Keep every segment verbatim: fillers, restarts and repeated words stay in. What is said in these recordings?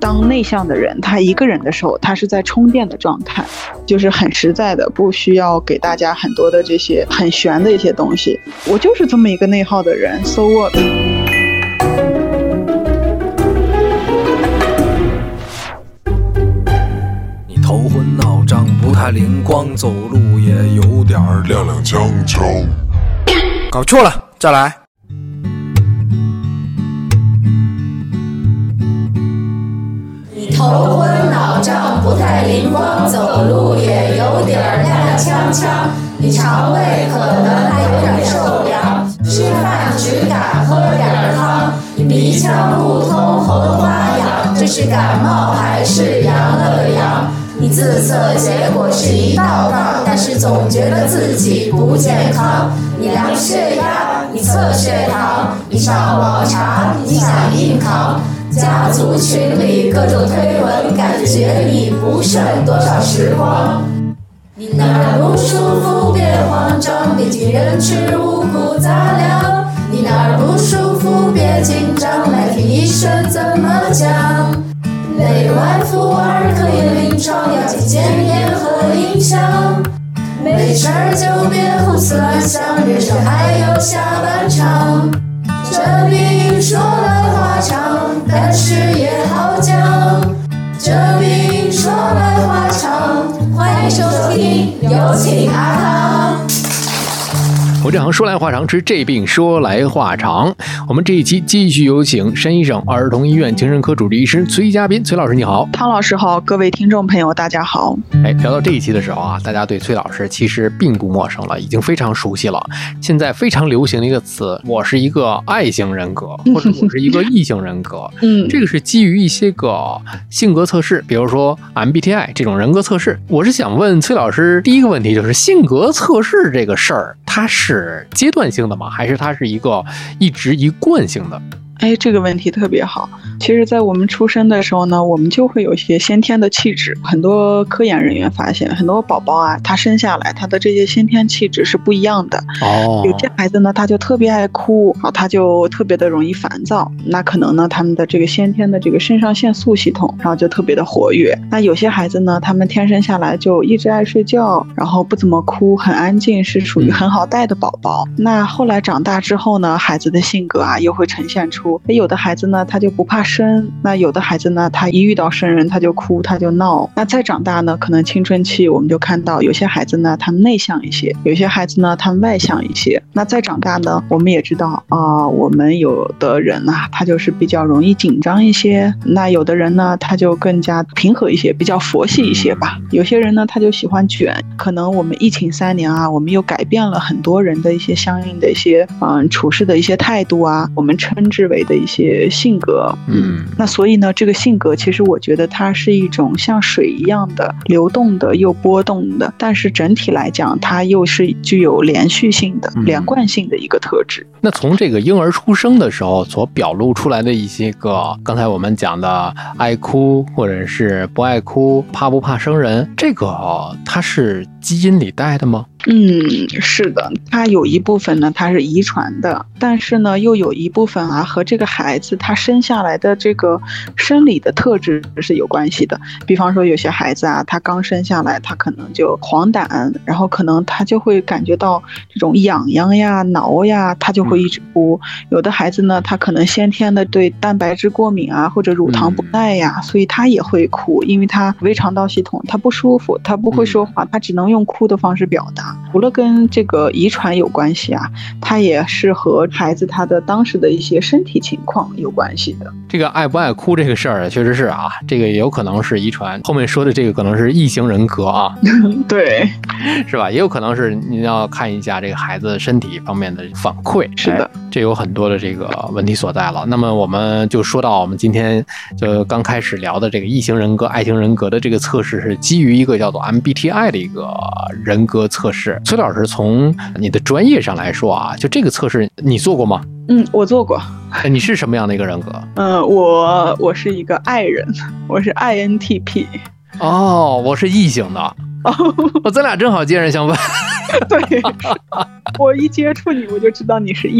当内向的人他一个人的时候，他是在充电的状态，就是很实在的，不需要给大家很多的这些很玄的一些东西。我就是这么一个内耗的人 ，so what？ 头昏脑胀，不太灵光，走路也有点踉踉跄跄。搞错了，再来。 你头昏脑胀，不太灵光，走路也有点踉跄跄。你肠胃可能还有点受凉，吃饭只敢喝点汤。你鼻腔不通，喉咙发痒，这是感冒还是阳了阳？你自测结果是一道杠，但是总觉得自己不健康。你量血压，你测血糖，你上网查，你想硬扛。家族群里各种推文，感觉你不剩多少时光。你哪儿不舒服别慌张，别听人吃五谷杂粮。你哪儿不舒服别紧张，来听医生怎么讲。内外妇儿可以临床，要见检验和影响。没事儿就别胡思乱想，人生还有下半场。这病说来话长，但是也好讲。这病说来话长，欢迎收听有请阿康。 我这行说来话长，之这病说来话长。我们这一期继续有请山医省儿童医院精神科主治医师崔嘉宾，崔老师你好。 汤老师好，各位听众朋友大家好。 哎，聊到这一期的时候啊，大家对崔老师其实并不陌生了，已经非常熟悉了。现在非常流行的一个词，我是一个爱型人格，或者我是一个异型人格。嗯，这个是基于一些个性格测试，比如说 M B T I 这种人格测试。我是想问崔老师，第一个问题就是性格测试这个事儿，它是阶段性的吗？还是它是一个一直一贯性的？ 哎，这个问题特别好。其实在我们出生的时候呢，我们就会有一些先天的气质。很多科研人员发现，很多宝宝啊，他生下来他的这些先天气质是不一样的。哦，有些孩子呢，他就特别爱哭，啊，他就特别的容易烦躁。那可能呢，他们的这个先天的这个肾上腺素系统，然后就特别的活跃。那有些孩子呢，他们天生下来就一直爱睡觉，然后不怎么哭，很安静，是属于很好带的宝宝。那后来长大之后呢，孩子的性格啊，又会呈现出。有的孩子呢，他就不怕生，那有的孩子呢，他一遇到生人他就哭，他就闹。那再长大呢，可能青春期我们就看到有些孩子呢，他们内向一些，有些孩子呢，他们外向一些。那再长大呢，我们也知道啊、呃，我们有的人啊，他就是比较容易紧张一些，那有的人呢，他就更加平和一些，比较佛系一些吧。有些人呢，他就喜欢卷。可能我们疫情三年啊，我们又改变了很多人的一些相应的一些嗯处事的一些态度啊，我们称之为的一些性格。嗯，那所以呢，这个性格其实我觉得它是一种像水一样的流动的又波动的，但是整体来讲它又是具有连续性的、连贯性的一个特质。 那从这个婴儿出生的时候所表露出来的一些个刚才我们讲的爱哭或者是不爱哭，怕不怕生人，这个它是基因里带的吗？ 嗯，是的，它有一部分呢，它是遗传的，但是呢，又有一部分啊，和这个孩子他生下来的这个生理的特质是有关系的。比方说，有些孩子啊，他刚生下来，他可能就黄疸，然后可能他就会感觉到这种痒痒呀、挠呀，他就会一直哭。有的孩子呢，他可能先天的对蛋白质过敏啊，或者乳糖不耐呀，所以他也会哭，因为他胃肠道系统他不舒服，他不会说话，他只能用哭的方式表达。除了跟这个遗传有关系啊，它也是和孩子他的当时的一些身体情况有关系的。 这个爱不爱哭这个事儿确实是啊，这个也有可能是遗传，后面说的这个可能是异型人格啊对， 是吧？也有可能是你要看一下这个孩子身体方面的反馈。 是的、 哎、这有很多的这个问题所在了。那么我们就说到我们今天就刚开始聊的这个异型人格、爱型人格的这个测试是基于一个叫做 M B T I 的一个人格测试。崔老师，从你的专业上来说啊，就这个测试你做过吗？ 嗯，我做过。 你是什么样的一个人格？ 嗯、呃，我我是一个爱人，我是 I N T P。 哦，我是异型的。哦，我咱俩正好截然相反。 对，我一接触你，我就知道你是异。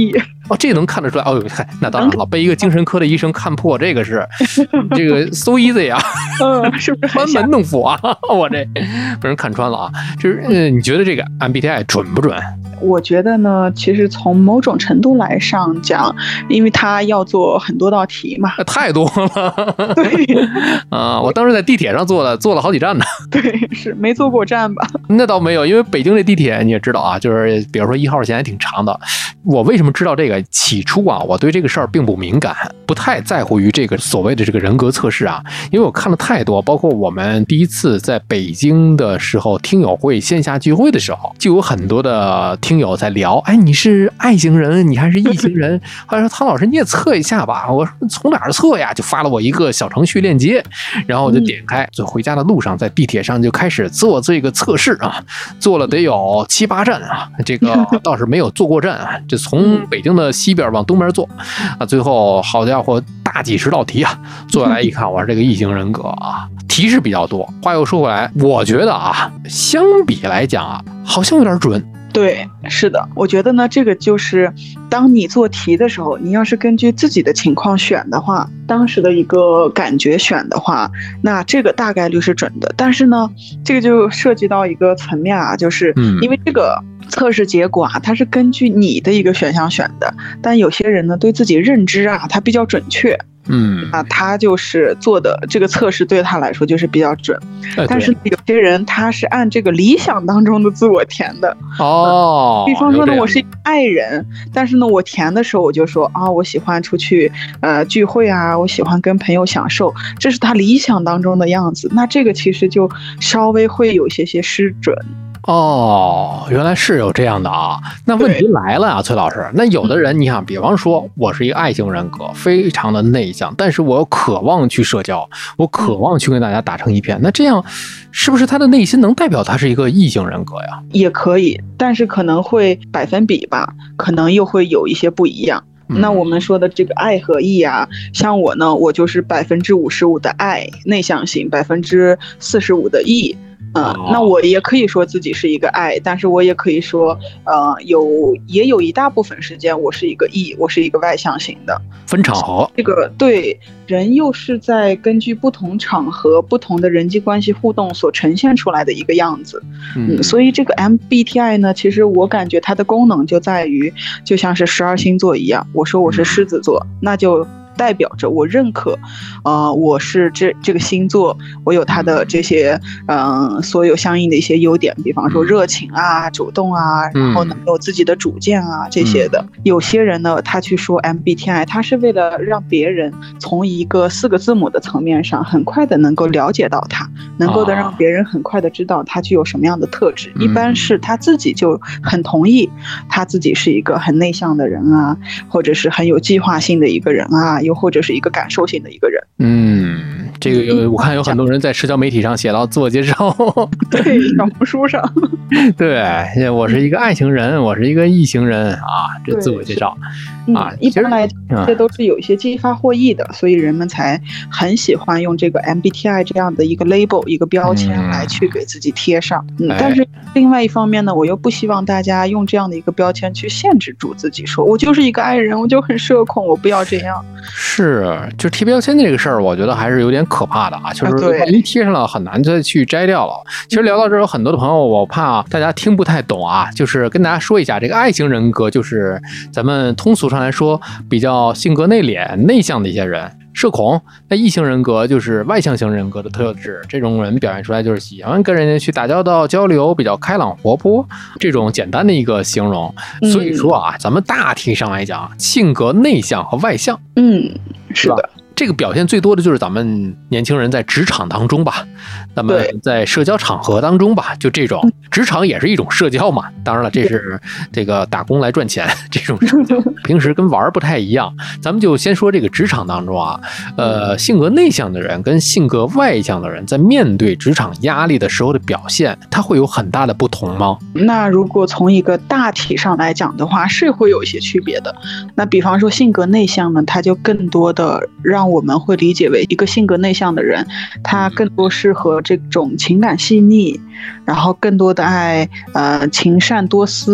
哦，这能看得出来。哦呦，那当然了，被一个精神科的医生看破，这个是这个 so easy 啊， 嗯，是不是班门弄斧啊？我这被人看穿了啊。就是呃，你觉得这个 M B T I 准不准？ 我觉得呢，其实从某种程度来上讲，因为他要做很多道题嘛， 太多了。 对啊，我当时在地铁上坐了，坐了好几站呢。 对，是没坐过站吧？ 那倒没有，因为北京这地铁你也知道啊，就是比如说一号线还挺长的。我为什么知道这个？起初啊，我对这个事儿并不敏感，不太在乎于这个所谓的这个人格测试啊，因为我看了太多，包括我们第一次在北京的时候，听友会线下聚会的时候，就有很多的听友在聊，哎，你是爱型人，你还是异型人？后来说唐老师你也测一下吧，我说从哪儿测呀？就发了我一个小程序链接，然后我就点开，就回家的路上在地铁上就开始做这个测试啊，做了得有七八站啊，这个倒是没有坐过站啊，就从北京的西边往东边坐啊，最后好家伙大几十道题啊，做下来一看，我说这个异型人格啊，题是比较多。话又说回来，我觉得啊，相比来讲啊，好像有点准。 对，是的，我觉得呢，这个就是当你做题的时候，你要是根据自己的情况选的话，当时的一个感觉选的话，那这个大概率是准的。但是呢，这个就涉及到一个层面啊，就是因为这个测试结果啊，它是根据你的一个选项选的，但有些人呢对自己认知啊，他比较准确。嗯，啊，他就是做的这个测试对他来说就是比较准，哎、但是有些人他是按这个理想当中的自我填的哦、呃。比方说呢，我是爱人，但是呢，我填的时候我就说啊，我喜欢出去呃聚会啊，我喜欢跟朋友享受，这是他理想当中的样子。那这个其实就稍微会有些些失准。 哦，原来是有这样的啊！那问题来了啊，崔老师，那有的人，你看，比方说我是一个爱型人格，非常的内向，但是我渴望去社交，我渴望去跟大家打成一片，那这样是不是他的内心能代表他是一个异型人格呀？ 也可以，但是可能会百分比吧，可能又会有一些不一样。那我们说的这个爱和异啊，像我呢，我就是百分之五十五的爱内向型，百分之四十五的异。嗯，那我也可以说自己是一个爱，但是我也可以说，呃，有也有一大部分时间我是一个异，我是一个外向型的， 分场合。 这个对人又是在根据不同场合、不同的人际关系互动所呈现出来的一个样子。嗯，所以这个 M B T I 呢，其实我感觉它的功能就在于，就像是十二星座一样，我说我是狮子座，嗯、那就代表着我认可，呃，我是这这个星座，我有它的这些，嗯、呃，所有相应的一些优点，比方说热情啊、主动啊，然后呢有自己的主见啊这些的。有些人呢，他去说 M B T I， 他是为了让别人从一个四个字母的层面上，很快的能够了解到他，能够的让别人很快的知道他具有什么样的特质。一般是他自己就很同意，他自己是一个很内向的人啊，或者是很有计划性的一个人啊。又或者是一个感受性的一个人。 嗯，这个我看有很多人在社交媒体上写到自我介绍， 对，小红书上， 对，我是一个爱型人，我是一个异型人啊，这自我介绍啊， 一般来讲这都是有一些激发获益的，所以人们才很喜欢用这个 M B T I 这样的一个 label 一个标签来去给自己贴上。嗯，但是另外一方面呢，我又不希望大家用这样的一个标签去限制住自己，说我就是一个爱人，我就很社恐，我不要这样。 是，就贴标签这个事儿，我觉得还是有点可怕的啊，就是万一贴上了，很难再去摘掉了。其实聊到这儿，有很多的朋友，我怕大家听不太懂啊，就是跟大家说一下，这个爱型人格就是咱们通俗上来说，比较性格内敛、内向的一些人。社恐，那异型人格就是外向型人格的特质，这种人表现出来就是喜欢跟人家去打交道、交流，比较开朗活泼，这种简单的一个形容。所以说啊，咱们大体上来讲，性格内向和外向， 嗯，是的。 这个表现最多的就是咱们年轻人在职场当中吧，咱们在社交场合当中吧，就这种职场也是一种社交嘛。当然了，这是这个打工来赚钱这种社交，平时跟玩不太一样。咱们就先说这个职场当中啊，呃，性格内向的人跟性格外向的人在面对职场压力的时候的表现，它会有很大的不同吗？ 那如果从一个大体上来讲的话，是会有一些区别的。那比方说性格内向呢，它就更多的让我们会理解为一个性格内向的人，他更多适合这种情感细腻，然后更多的爱呃情善多思，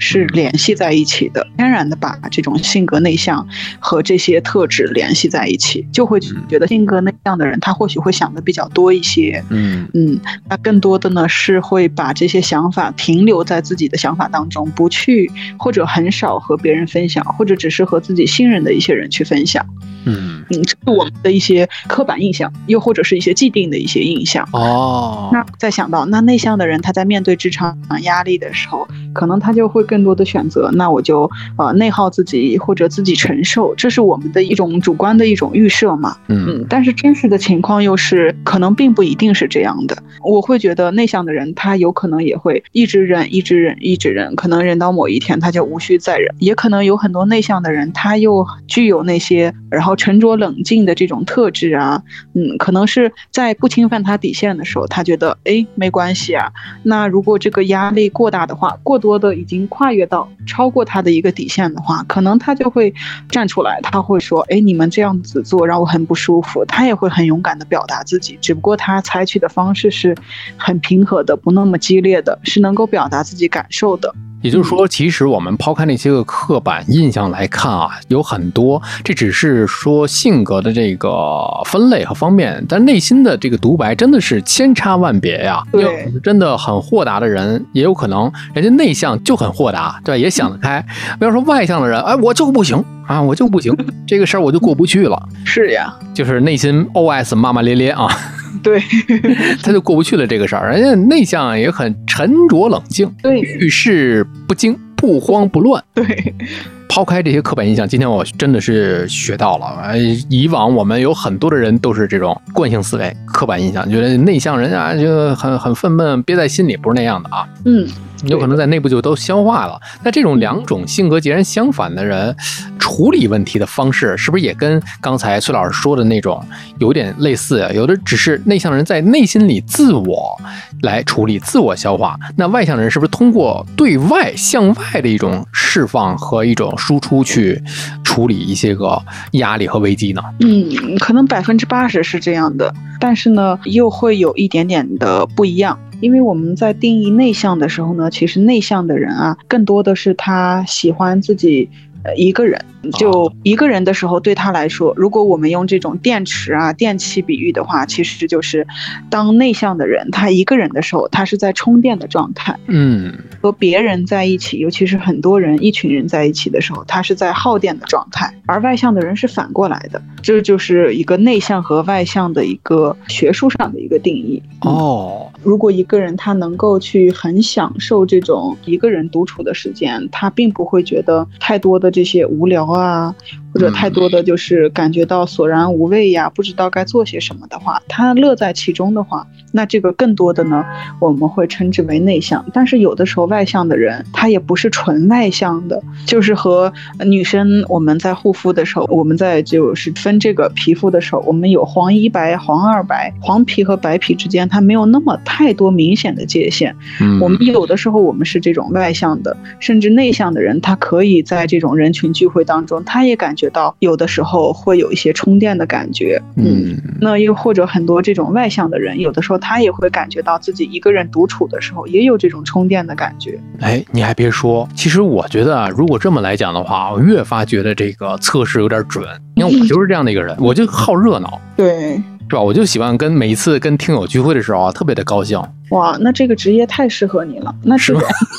是联系在一起的，天然的把这种性格内向和这些特质联系在一起，就会觉得性格内向的人他或许会想的比较多一些，嗯嗯，那更多的呢是会把这些想法停留在自己的想法当中，不去或者很少和别人分享，或者只是和自己信任的一些人去分享。嗯嗯，这是我们的一些刻板印象，又或者是一些既定的一些印象。哦，那再想到那内向的人，他在面对职场压力的时候，可能他就会更多的选择，那我就呃内耗自己或者自己承受，这是我们的一种主观的一种预设嘛。嗯嗯，但是真实的情况又是可能并不一定是这样的。我会觉得内向的人他有可能也会一直忍一直忍一直忍，可能忍到某一天他就无需再忍，也可能有很多内向的人他又具有那些然后沉着冷静的这种特质啊，嗯，可能是在不侵犯他底线的时候，他觉得哎没关系啊。那如果这个压力过大的话，过多的已经跨越到超过他的一个底线的话，可能他就会站出来，他会说，哎，你们这样子做让我很不舒服。他也会很勇敢的表达自己，只不过他采取的方式是很平和的，不那么激烈的，是能够表达自己感受的。 也就是说，其实我们抛开那些个刻板印象来看啊，有很多，这只是说性格的这个分类和方面，但内心的这个独白真的是千差万别呀。 对， 真的很豁达的人，也有可能人家内向就很豁达，对，也想得开。比方说外向的人，哎，我就不行啊，我就不行，这个事儿我就过不去了。 是呀， 就是内心 O S 骂骂咧咧啊。 对， 他就过不去了这个事儿。人家内向也很沉着冷静， 对， 遇事不惊，不慌不乱。 对， 抛开这些刻板印象，今天我真的是学到了。以往我们有很多的人都是这种惯性思维、刻板印象，觉得内向人啊就很很愤懑，憋在心里，不是那样的啊。嗯。有可能在内部就都消化了。那这种两种性格截然相反的人，处理问题的方式是不是也跟刚才崔老师说的那种有点类似啊？有的只是内向人在内心里自我来处理、自我消化，那外向人是不是通过对外向外的一种释放和一种输出去处理一些个压力和危机呢？ 嗯，可能百分之八十是这样的，但是呢，又会有一点点的不一样。因为我们在定义内向的时候呢，其实内向的人啊，更多的是他喜欢自己呃一个人，就一个人的时候，对他来说，如果我们用这种电池啊、电器比喻的话，其实就是当内向的人他一个人的时候，他是在充电的状态，嗯，和别人在一起，尤其是很多人、一群人在一起的时候，他是在耗电的状态，而外向的人是反过来的，这就是一个内向和外向的一个学术上的一个定义。哦，如果一个人他能够去很享受这种一个人独处的时间，他并不会觉得太多的这些无聊啊，或者太多的就是感觉到索然无味呀，不知道该做些什么的话，他乐在其中的话，那这个更多的呢，我们会称之为内向。但是有的时候外向的人，他也不是纯外向的，就是和女生我们在护肤的时候，我们在就是分这个皮肤的时候，我们有黄一白、黄二白，黄皮和白皮之间它没有那么太多明显的界限。嗯，我们有的时候我们是这种外向的，甚至内向的人，他可以在这种人群聚会当中，他也感觉到有的时候会有一些充电的感觉。嗯，那又或者很多这种外向的人，有的时候他也会感觉到自己一个人独处的时候也有这种充电的感觉。 哎，你还别说，其实我觉得啊，如果这么来讲的话，我越发觉得这个测试有点准，因为我就是这样的一个人，我就好热闹。 对， 是吧？我就喜欢跟每一次跟听友聚会的时候啊，特别的高兴。 哇，那这个职业太适合你了。那这个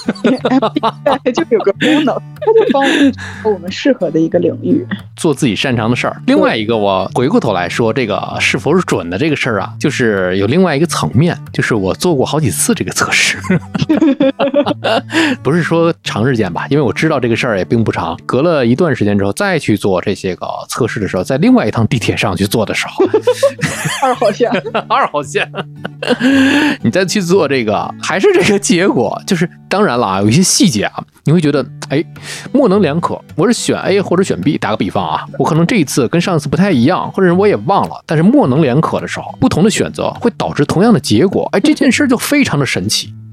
M B T I 就有个功能，它就帮我们我们适合的一个领域， 做自己擅长的事儿。另外一个，我回过头来说，这个是否是准的这个事儿啊，就是有另外一个层面，就是我做过好几次这个测试，不是说长时间吧，因为我知道这个事儿也并不长。隔了一段时间之后，再去做这些个测试的时候，在另外一趟地铁上去做的时候， 二号线， 二号线，你再去做这个，还是这个结果，就是当然了啊，有一些细节啊，你会觉得哎，模棱两可。我是选 A 或者选 B， 打个比方啊，我可能这一次跟上次不太一样，或者我也忘了，但是模棱两可的时候，不同的选择会导致同样的结果，哎，这件事就非常的神奇。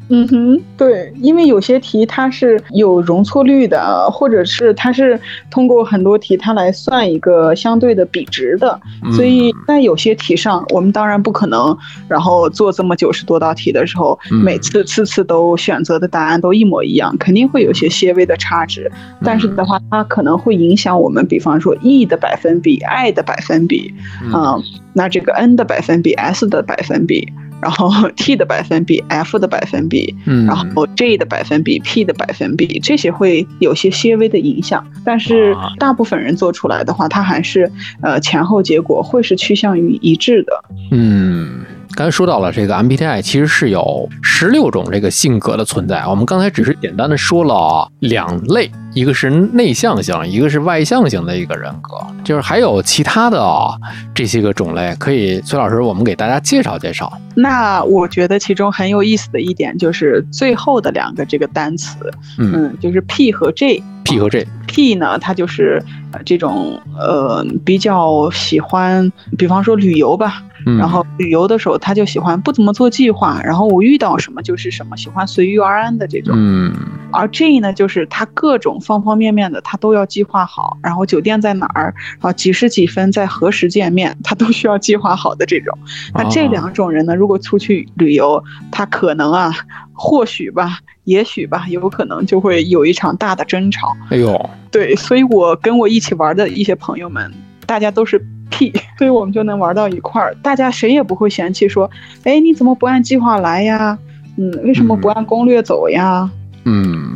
嗯哼，对，因为有些题它是有容错率的，或者是它是通过很多题它来算一个相对的比值的， 嗯、 所以在有些题上，我们当然不可能，然后做这么九十多道题的时候，嗯、每次次次都选择的答案都一模一样，肯定会有些些微的差值。但是的话，它可能会影响我们，比方说 E 的百分比、I 的百分比，嗯、呃，那这个 N 的百分比、S 的百分比。然后 T 的百分比 F 的百分比、嗯、然后 J 的百分比 P 的百分比，这些会有些些微的影响，但是大部分人做出来的话，它还是呃前后结果会是趋向于一致的。 嗯，刚才说到了这个 M B T I 其实是有十六种这个性格的存在，我们刚才只是简单的说了两类，一个是内向型，一个是外向型的一个人格，就是还有其他的、哦、这些个种类，可以崔老师我们给大家介绍介绍。 那我觉得其中很有意思的一点就是最后的两个这个单词，嗯，嗯就是 P 和 J。P 和 J。 P 呢，它就是这种呃比较喜欢，比方说旅游吧。然后旅游的时候，他就喜欢不怎么做计划，然后我遇到什么就是什么，喜欢随遇而安的这种。嗯。而 J 呢，就是他各种方方面面的，他都要计划好，然后酒店在哪儿，然后几时几分在何时见面，他都需要计划好的这种。那这两种人呢，如果出去旅游，他可能啊，或许吧，也许吧，有可能就会有一场大的争吵。 哎呦， 对，所以我跟我一起玩的一些朋友们，大家都是P， 所以我们就能玩到一块儿，大家谁也不会嫌弃说，哎，你怎么不按计划来呀？嗯，为什么不按攻略走呀？嗯，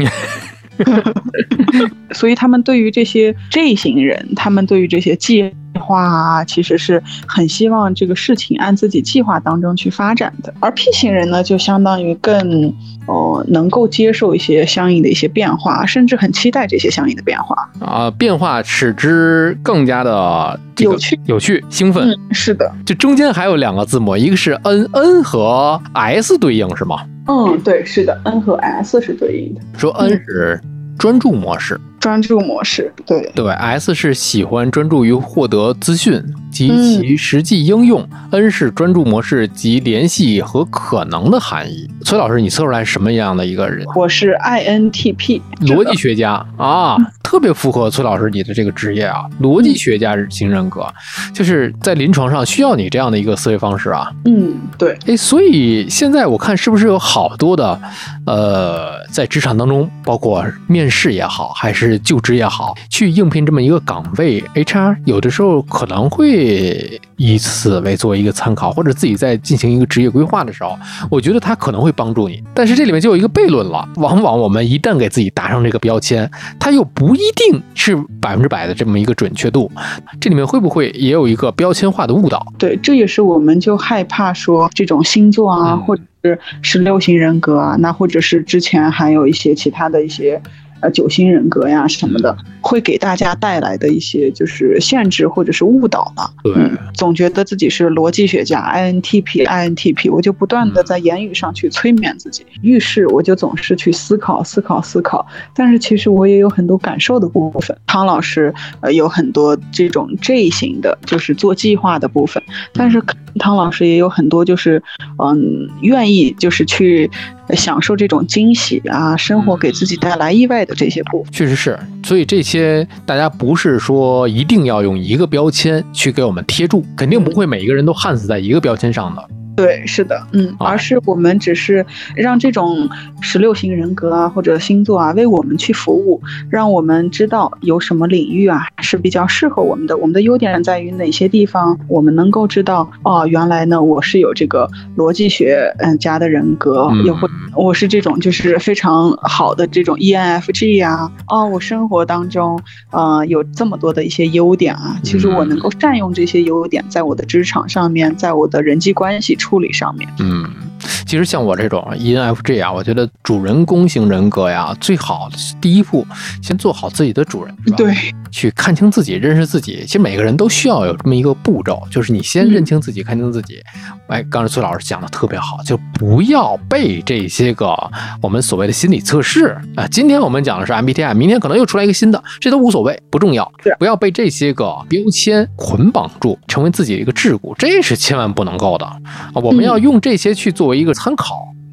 所以他们对于这些 J 型人，他们对于这些计划啊，其实是很希望这个事情按自己计划当中去发展的。而 P 型人呢，就相当于更哦、呃、能够接受一些相应的一些变化，甚至很期待这些相应的变化啊，变化使之更加的、这个、 有趣、 有趣、兴奋。 嗯，是的。 这中间还有两个字母，一个是 N，N 和 S 对应是吗？ 嗯，对，是的 ，N 和 S 是对应的。 说 N 是专注模式， 嗯、专注模式，对对 ，S 是喜欢专注于获得资讯及其实际应用、嗯、，N 是专注模式及联系和可能的含义。崔老师，你测出来是什么样的一个人？ 我是 I N T P， 逻辑学家啊、嗯，特别符合崔老师你的这个职业啊，逻辑学家型人格，嗯、就是在临床上需要你这样的一个思维方式啊。 嗯，对。 哎，所以现在我看是不是有好多的，呃，在职场当中，包括面试也好，还是就职也好，去应聘这么一个岗位 ，H R 有的时候可能会以此为作为一个参考，或者自己在进行一个职业规划的时候，我觉得他可能会帮助你。但是这里面就有一个悖论了，往往我们一旦给自己打上这个标签，它又不一定是百分之百的这么一个准确度，这里面会不会也有一个标签化的误导？ 对，这也是我们就害怕说这种星座啊，嗯、或者是十六型人格啊，那或者是之前还有一些其他的一些。呃，九型人格呀什么的，会给大家带来的一些就是限制或者是误导了。 对、 嗯，总觉得自己是逻辑学家 ，I N T P，I N T P， 我就不断的在言语上去催眠自己，遇事我就总是去思考、思考、思考。但是其实我也有很多感受的部分。汤老师呃有很多这种 J 型的，就是做计划的部分，但是汤老师也有很多就是嗯愿意就是去享受这种惊喜啊，生活给自己带来意外的这些部分。 确实是，所以这些大家不是说一定要用一个标签去给我们贴住，肯定不会每一个人都焊死在一个标签上的。 对，是的，嗯，而是我们只是让这种十六型人格啊或者星座啊为我们去服务，让我们知道有什么领域啊是比较适合我们的，我们的优点在于哪些地方，我们能够知道哦，原来呢我是有这个逻辑学嗯家的人格，又或我是这种就是非常好的这种 E N F G 啊，哦，我生活当中呃有这么多的一些优点啊，其实我能够善用这些优点，在我的职场上面，在我的人际关系处理上面。 嗯，其实像我这种 E N F J 啊，我觉得主人公型人格呀，最好第一步先做好自己的主人， 对， 去看清自己，认识自己。其实每个人都需要有这么一个步骤，就是你先认清自己，嗯、看清自己。哎，刚才崔老师讲的特别好，就不要被这些个我们所谓的心理测试啊。今天我们讲的是 M B T I， 明天可能又出来一个新的，这都无所谓，不重要。不要被这些个标签捆绑住，成为自己的一个桎梏，这是千万不能够的。我们要用这些去作为一个参考，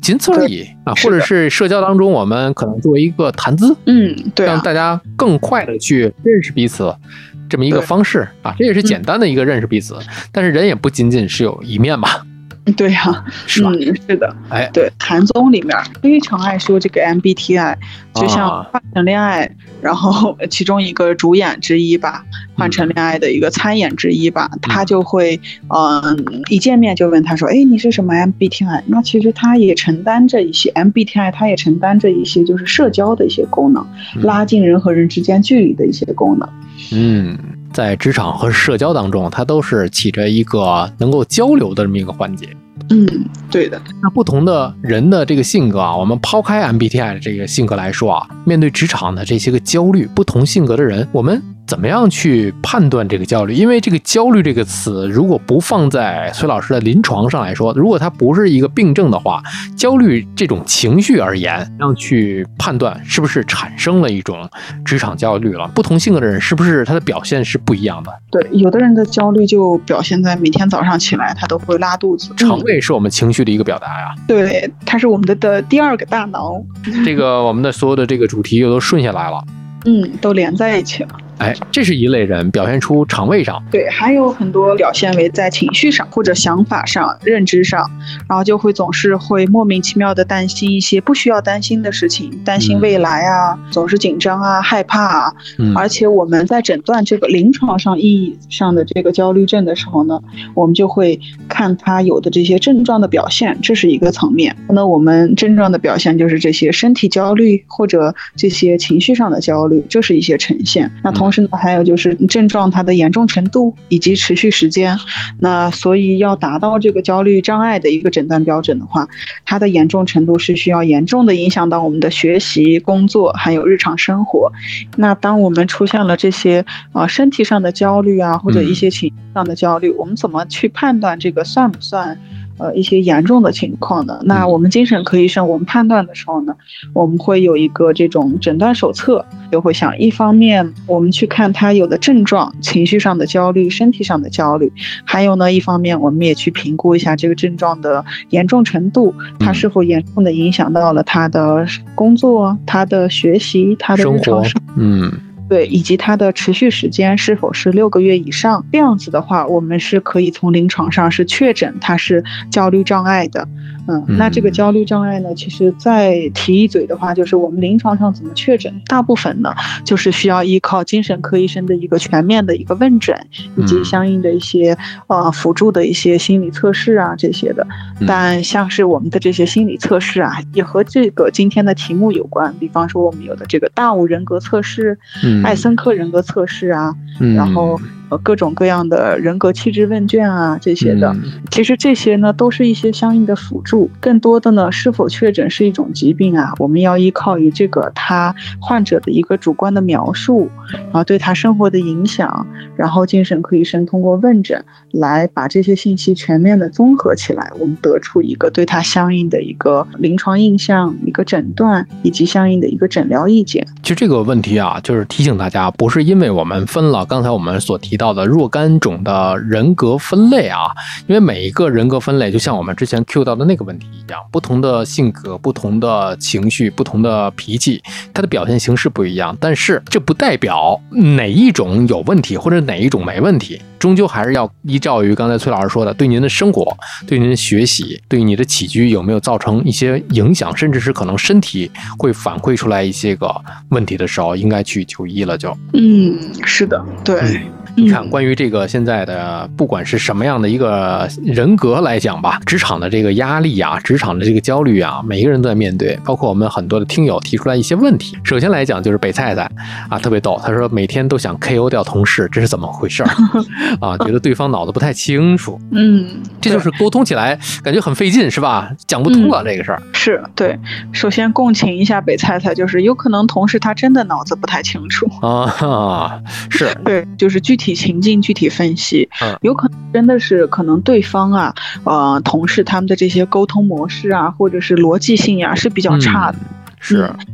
仅此而已啊。或者是社交当中，我们可能作为一个谈资， 嗯，对、啊， 让大家更快的去认识彼此。这么一个方式啊，这也是简单的一个认识彼此，嗯、但是人也不仅仅是有一面吧？ 对呀、啊， 是吧？ 嗯，是的， 哎， 对，韩综里面非常爱说这个 M B T I， 就像《换乘恋爱》啊，然后其中一个主演之一吧，《换乘恋爱》的一个参演之一吧，嗯、他就会嗯、呃，一见面就问他说：“哎，你是什么 M B T I？” 那其实他也承担着一些 M B T I， 他也承担着一些就是社交的一些功能，嗯、拉近人和人之间距离的一些功能。 嗯。在职场和社交当中，它都是起着一个能够交流的这么一个环节。 嗯，对的。 那不同的人的这个性格啊，我们抛开 M B T I 的这个性格来说啊，面对职场的这些个焦虑，不同性格的人，我们怎么样去判断这个焦虑？因为这个焦虑这个词，如果不放在崔老师的临床上来说，如果它不是一个病症的话，焦虑这种情绪而言，要去判断是不是产生了一种职场焦虑了。不同性格的人是不是他的表现是不一样的？ 对，有的人的焦虑就表现在每天早上起来他都会拉肚子。 肠胃是我们情绪的一个表达呀。 对，它是我们的的第二个大脑。 这个我们的所有的这个主题又都顺下来了。 嗯，都连在一起了。 哎，这是一类人表现出肠胃上， 对，还有很多表现为在情绪上或者想法上、认知上，然后就会总是会莫名其妙的担心一些不需要担心的事情，担心未来啊，嗯、总是紧张啊、害怕啊。嗯、而且我们在诊断这个临床上意义上的这个焦虑症的时候呢，我们就会看他有的这些症状的表现，这是一个层面。那我们症状的表现就是这些身体焦虑或者这些情绪上的焦虑，这是一些呈现。那同时呢，还有就是症状它的严重程度以及持续时间。那所以要达到这个焦虑障碍的一个诊断标准的话，它的严重程度是需要严重的影响到我们的学习、工作还有日常生活。那当我们出现了这些呃身体上的焦虑啊，或者一些情绪上的焦虑，我们怎么去判断这个算不算呃一些严重的情况呢？那我们精神科医生我们判断的时候呢，我们会有一个这种诊断手册，就会想一方面我们去看他有的症状，情绪上的焦虑、身体上的焦虑，还有呢一方面我们也去评估一下这个症状的严重程度，它是否严重的影响到了他的工作、他的学习、他的日常生活。嗯。对，以及它的持续时间是否是六个月以上，这样子的话，我们是可以从临床上是确诊它是焦虑障碍的。嗯，那这个焦虑障碍呢，其实再提一嘴的话，就是我们临床上怎么确诊，大部分呢就是需要依靠精神科医生的一个全面的一个问诊，以及相应的一些呃辅助的一些心理测试啊这些的。但像是我们的这些心理测试啊，也和这个今天的题目有关，比方说我们有的这个大五人格测试、嗯、艾森克人格测试啊，嗯、然后呃各种各样的人格气质问卷啊这些的，嗯、其实这些呢都是一些相应的辅助。更多的呢，是否确诊是一种疾病啊，我们要依靠于这个他患者的一个主观的描述，然后对他生活的影响，然后精神科医生通过问诊来把这些信息全面的综合起来，我们得出一个对他相应的一个临床印象、一个诊断以及相应的一个诊疗意见。 其实这个问题啊，就是提醒大家，不是因为我们分了刚才我们所提到的若干种的人格分类啊，因为每一个人格分类就像我们之前 Q 到的那个问题一样，不同的性格、不同的情绪、不同的脾气，它的表现形式不一样，但是这不代表哪一种有问题或者哪一种没问题，终究还是要依照于刚才崔老师说的，对您的生活、对您的学习、对你的起居有没有造成一些影响，甚至是可能身体会反馈出来一些个问题的时候，应该去就医了就。 嗯，是的，对。嗯你看，关于这个现在的不管是什么样的一个人格来讲吧，职场的这个压力啊，职场的这个焦虑啊，每一个人都在面对，包括我们很多的听友提出来一些问题。首先来讲就是北菜菜啊，特别逗，他说每天都想 K O 掉同事，这是怎么回事啊？觉得对方脑子不太清楚，嗯，这就是沟通起来感觉很费劲，是吧？讲不通了、嗯、这个事儿。 是对，首先共情一下北菜菜，就是有可能同事他真的脑子不太清楚啊，是对，就是具体。具体情境具体分析，有可能真的是可能对方啊，呃，同事他们的这些沟通模式啊，或者是逻辑性呀、啊、是比较差的。 嗯、是、 嗯，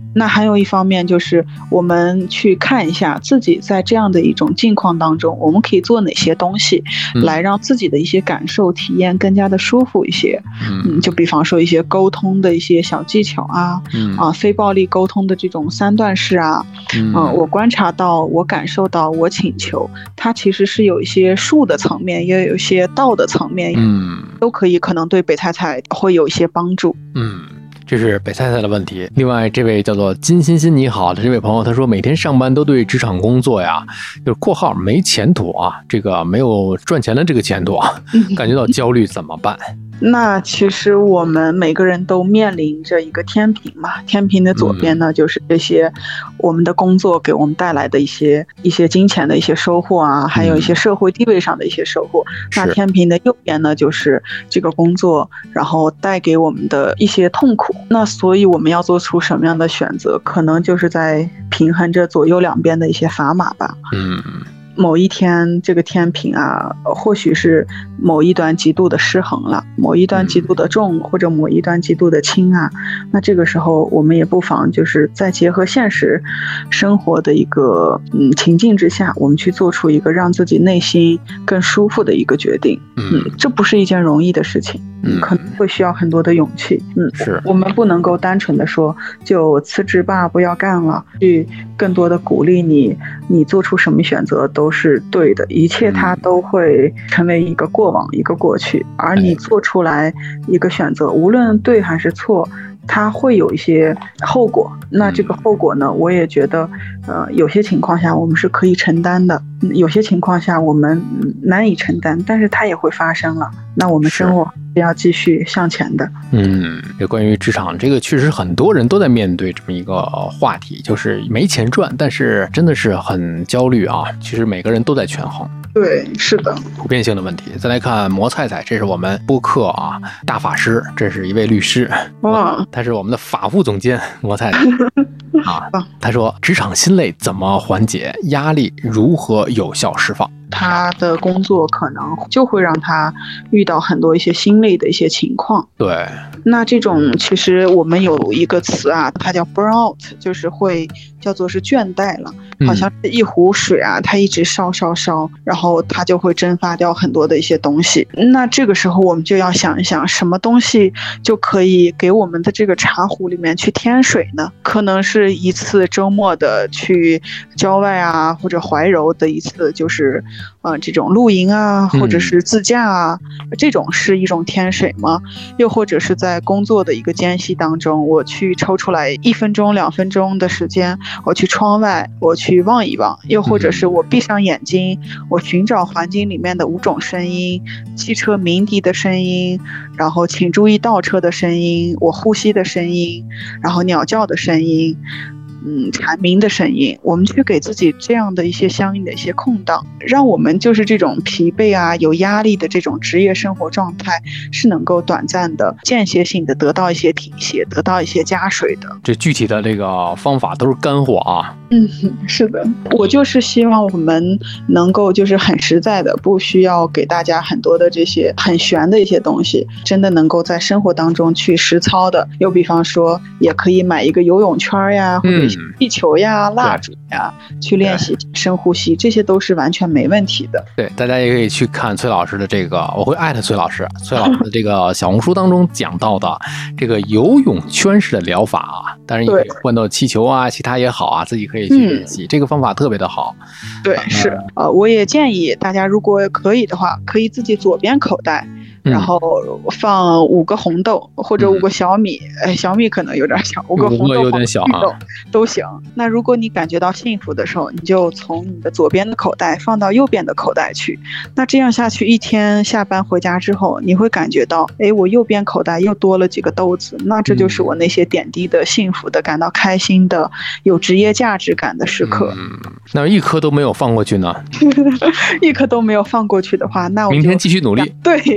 那还有一方面就是我们去看一下自己在这样的一种境况当中，我们可以做哪些东西来让自己的一些感受体验更加的舒服一些。嗯，就比方说一些沟通的一些小技巧啊，嗯、啊，非暴力沟通的这种三段式啊，嗯、呃，我观察到，我感受到，我请求，它其实是有一些术的层面，也有一些道的层面，嗯，都可以可能对北菜菜会有一些帮助。 嗯。这是北菜菜的问题。另外，这位叫做金欣欣你好的这位朋友，他说每天上班都对职场工作呀，就是括号没前途啊，这个没有赚钱的这个前途啊，感觉到焦虑，怎么办？ 那其实我们每个人都面临着一个天平嘛，天平的左边呢，就是这些我们的工作给我们带来的一些一些金钱的一些收获啊，还有一些社会地位上的一些收获。那天平的右边呢，就是这个工作然后带给我们的一些痛苦。那所以我们要做出什么样的选择，可能就是在平衡着左右两边的一些砝码吧。嗯。某一天这个天平啊，或许是某一端极度的失衡了，某一端极度的重，或者某一端极度的轻啊，那这个时候我们也不妨就是在结合现实生活的一个嗯情境之下，我们去做出一个让自己内心更舒服的一个决定。嗯，这不是一件容易的事情，嗯，可能会需要很多的勇气。嗯，是我们不能够单纯的说就辞职吧，不要干了，去更多的鼓励你，你做出什么选择都是对的，一切它都会成为一个过往，一个过去，而你做出来一个选择，无论对还是错，它会有一些后果。那这个后果呢，我也觉得呃，有些情况下我们是可以承担的，有些情况下我们难以承担，但是它也会发生了，那我们生活是要继续向前的。 嗯，这关于职场这个确实很多人都在面对这么一个话题，就是没钱赚，但是真的是很焦虑啊，其实每个人都在权衡。 对，是的， 普遍性的问题。再来看魔菜菜，这是我们播客啊大法师，这是一位律师，哇，他是我们的法务总监魔菜菜啊。他说职场心累怎么缓解，压力如何有效释放？ 他的工作可能就会让他遇到很多一些心累的一些情况。 对， 那这种其实我们有一个词啊，它叫 burnout， 就是会叫做是倦怠了，好像是一壶水啊，它一直烧烧烧，然后它就会蒸发掉很多的一些东西。那这个时候我们就要想一想，什么东西就可以给我们的这个茶壶里面去添水呢？可能是一次周末的去郊外啊，或者怀柔的一次就是呃，这种露营啊，或者是自驾啊、嗯，这种是一种添水吗？又或者是在工作的一个间隙当中，我去抽出来一分钟、两分钟的时间，我去窗外，我去望一望；又或者是我闭上眼睛，我寻找环境里面的五种声音：汽车鸣笛的声音，然后请注意倒车的声音，我呼吸的声音，然后鸟叫的声音。嗯，蝉鸣的声音，我们去给自己这样的一些相应的一些空档，让我们就是这种疲惫啊、有压力的这种职业生活状态是能够短暂的、间歇性的得到一些停歇，得到一些加水的。 这具体的这个方法都是干货啊。 嗯，是的，我就是希望我们能够就是很实在的，不需要给大家很多的这些很玄的一些东西，真的能够在生活当中去实操的。又比方说，也可以买一个游泳圈呀，或者气球呀、蜡烛呀，去练习深呼吸，这些都是完全没问题的。 对，大家也可以去看崔老师的这个，我会艾特崔老师，崔老师的这个小红书当中讲到的这个游泳圈式的疗法啊，当然也可以换到气球啊，其他也好啊，自己可以去练习、嗯，这个方法特别的好。 对，是呃，我也建议大家，如果可以的话，可以自己左边口袋。然后放五个红豆或者五个小米，哎、嗯，小米可能有点小，五个红豆有点小啊， 都行。那如果你感觉到幸福的时候，你就从你的左边的口袋放到右边的口袋去。那这样下去，一天下班回家之后，你会感觉到，哎，我右边口袋又多了几个豆子。那这就是我那些点滴的幸福的、感到开心的、有职业价值感的时刻。 嗯，那一颗都没有放过去呢？ 一颗都没有放过去的话，那我明天继续努力。 对。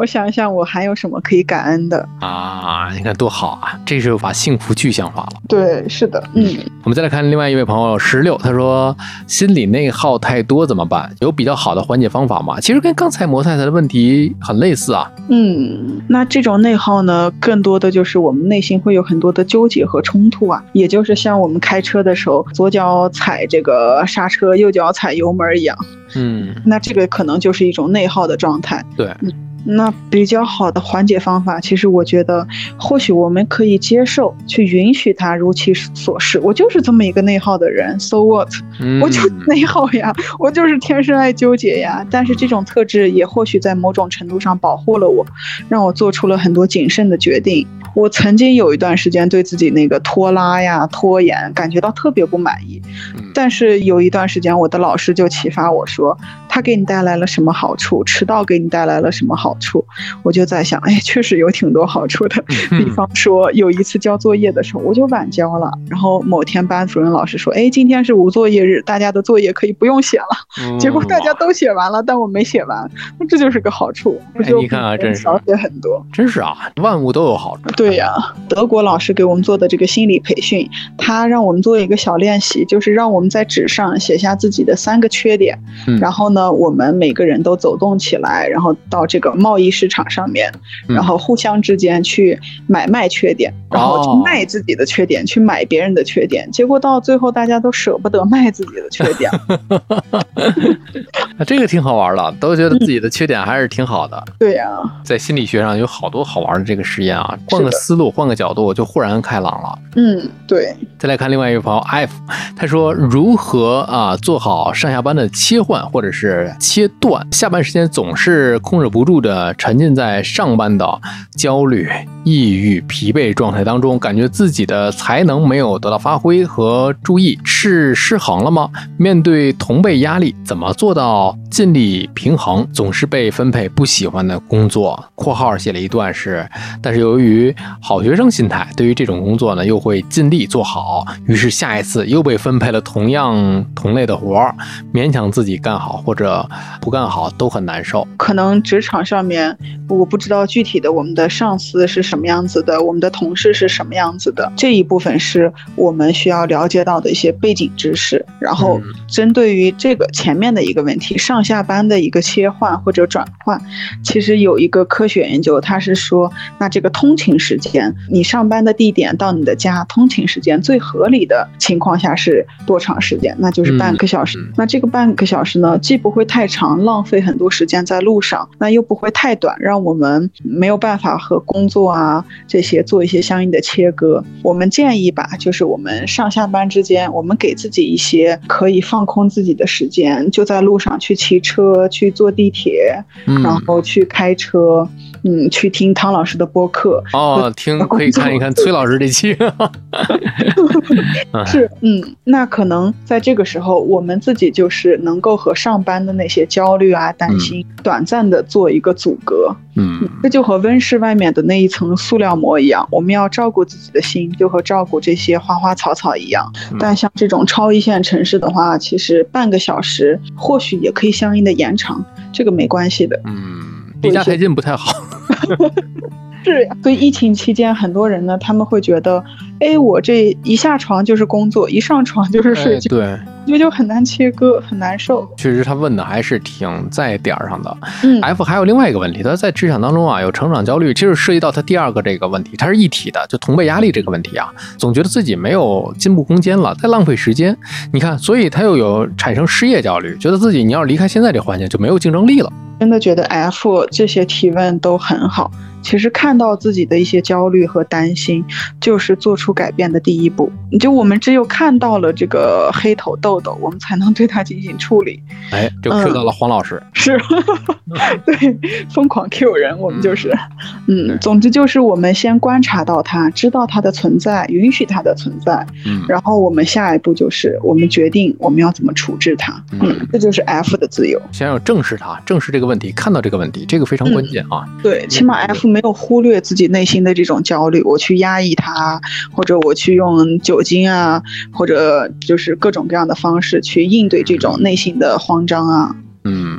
我想一想，我还有什么可以感恩的啊？你看多好啊！这是把幸福具象化了。 对，是的，嗯。 我们再来看另外一位朋友十六，他说心理内耗太多怎么办？有比较好的缓解方法吗？其实跟刚才魔太太的问题很类似啊。 嗯，那这种内耗呢，更多的就是我们内心会有很多的纠结和冲突啊，也就是像我们开车的时候，左脚踩这个刹车，右脚踩油门一样。 嗯， 那这个可能就是一种内耗的状态。 对。 嗯，那比较好的缓解方法，其实我觉得或许我们可以接受，去允许它如其所是。我就是这么一个内耗的人 ，so what？、嗯、我就是内耗呀，我就是天生爱纠结呀。但是这种特质也或许在某种程度上保护了我，让我做出了很多谨慎的决定。我曾经有一段时间对自己那个拖拉呀、拖延感觉到特别不满意，但是有一段时间我的老师就启发我说，他给你带来了什么好处，迟到给你带来了什么好处。我就在想，哎，确实有挺多好处的。比方说有一次交作业的时候，我就晚交了，然后某天班主任老师说，哎，今天是无作业日，大家的作业可以不用写了。结果大家都写完了，但我没写完，那这就是个好处。 哎，你看啊，真是少写很多， 真是啊，万物都有好处。 对呀、啊，德国老师给我们做的这个心理培训，他让我们做一个小练习，就是让我们在纸上写下自己的三个缺点，嗯、然后呢，我们每个人都走动起来，然后到这个贸易市场上面，然后互相之间去买卖缺点，嗯、然后去卖自己的缺点，哦、去买别人的缺点，结果到最后大家都舍不得卖自己的缺点。 这个挺好玩的，都觉得自己的缺点还是挺好的。 嗯、对呀、啊， 在心理学上有好多好玩的这个实验啊，换个思路，换个角度，就豁然开朗了。 嗯，对。 再来看另外一位朋友 F， 他说如何啊做好上下班的切换或者是切断，下班时间总是控制不住的沉浸在上班的焦虑、抑郁、疲惫状态当中，感觉自己的才能没有得到发挥和注意，是失衡了吗？面对同辈压力，怎么做到尽力平衡？总是被分配不喜欢的工作（括号写了一段是，但是由于好学生心态，对于这种工作呢，又会尽力做好，于是下一次又被分配了同样同类的活儿，勉强自己干好或者不干好都很难受。 可能职场上面，我不知道具体的我们的上司是什么样子的，我们的同事是什么样子的，这一部分是我们需要了解到的一些背景知识。然后针对于这个前面的一个问题，上下班的一个切换或者转换，其实有一个科学研究，它是说，那这个通勤时间，你上班的地点到你的家，通勤时间最合理的情况下是多长时间？那就是半个小时。嗯、那这个半个小时呢，既不会太长，浪费很多时间在路上，那又不会太短，让我们没有办法和工作啊这些做一些相应的切割。我们建议吧，就是我们上下班之间，我们给自己一些可以放空自己的时间，就在路上去骑车，去坐地铁，嗯、然后去开车。嗯，去听汤老师的播客哦，听可以看一看崔老师这期。 是，嗯，那可能在这个时候，我们自己就是能够和上班的那些焦虑啊、担心，嗯、短暂的做一个阻隔。嗯，这就和温室外面的那一层塑料膜一样，我们要照顾自己的心，就和照顾这些花花草草一样。嗯、但像这种超一线城市的话，其实半个小时或许也可以相应的延长，这个没关系的。 嗯。离家太近不太好。 是呀，所以疫情期间很多人呢，他们会觉得，哎，我这一下床就是工作，一上床就是睡觉， 哎、 对，就就很难切割，很难受。 确实他问的还是挺在点上的。嗯 F 还有另外一个问题，他在职场当中啊有成长焦虑，其实涉及到他第二个这个问题，它是一体的，就同辈压力这个问题啊，总觉得自己没有进步空间了，在浪费时间。你看，所以他又有产生失业焦虑，觉得自己你要离开现在这环境就没有竞争力了。 真的觉得 F 这些提问都很好。其实看到自己的一些焦虑和担心，就是做出改变的第一步。就我们只有看到了这个黑头痘痘，我们才能对它进行处理。 哎，就 Q 到了黄老师。 嗯、是，对，疯狂 Q 人，我们就是，嗯，嗯总之就是我们先观察到它，知道它的存在，允许它的存在，嗯，然后我们下一步就是我们决定我们要怎么处置它。嗯，嗯这就是 F 的自由。 先要正视它，正视这个问题，看到这个问题，这个非常关键啊。 嗯、对，起码 F。没有忽略自己内心的这种焦虑，我去压抑它，或者我去用酒精啊，或者就是各种各样的方式去应对这种内心的慌张啊。 嗯，